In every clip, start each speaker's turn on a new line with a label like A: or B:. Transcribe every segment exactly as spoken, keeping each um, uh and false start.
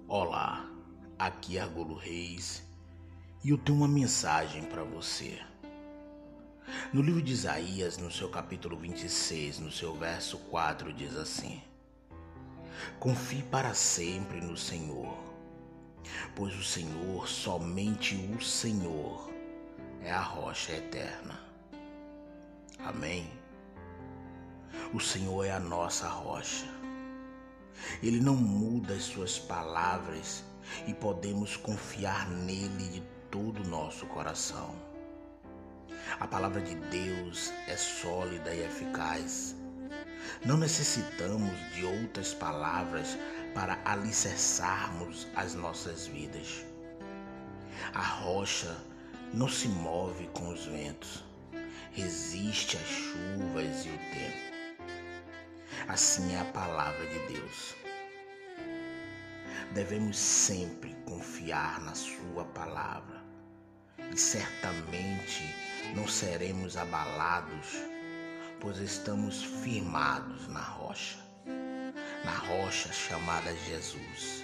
A: Olá, aqui é Argolo Reis e eu tenho uma mensagem para você. No livro de Isaías, no seu capítulo vinte e seis, no seu verso quatro, diz assim: Confie para sempre no Senhor, pois o Senhor, somente o Senhor, é a rocha eterna. Amém? O Senhor é a nossa rocha. Ele não muda as suas palavras e podemos confiar nele de todo o nosso coração. A palavra de Deus é sólida e eficaz. Não necessitamos de outras palavras para alicerçarmos as nossas vidas. A rocha não se move com os ventos, resiste às chuvas e o tempo. Assim é a palavra de Deus. Devemos sempre confiar na sua palavra e certamente não seremos abalados, pois estamos firmados na rocha, na rocha chamada Jesus.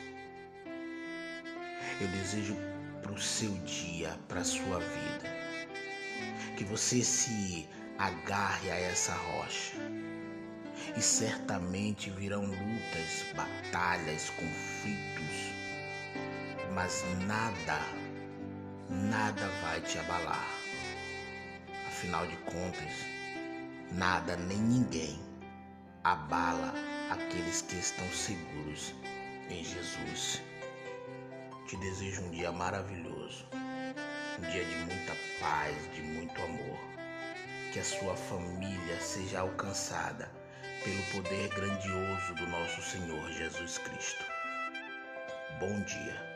A: Eu desejo para o seu dia, para a sua vida, que você se agarre a essa rocha. E certamente virão lutas, batalhas, conflitos, mas nada, nada vai te abalar. Afinal de contas, nada nem ninguém abala aqueles que estão seguros em Jesus. Te desejo um dia maravilhoso, um dia de muita paz, de muito amor. Que a sua família seja alcançada pelo poder grandioso do nosso Senhor Jesus Cristo. Bom dia.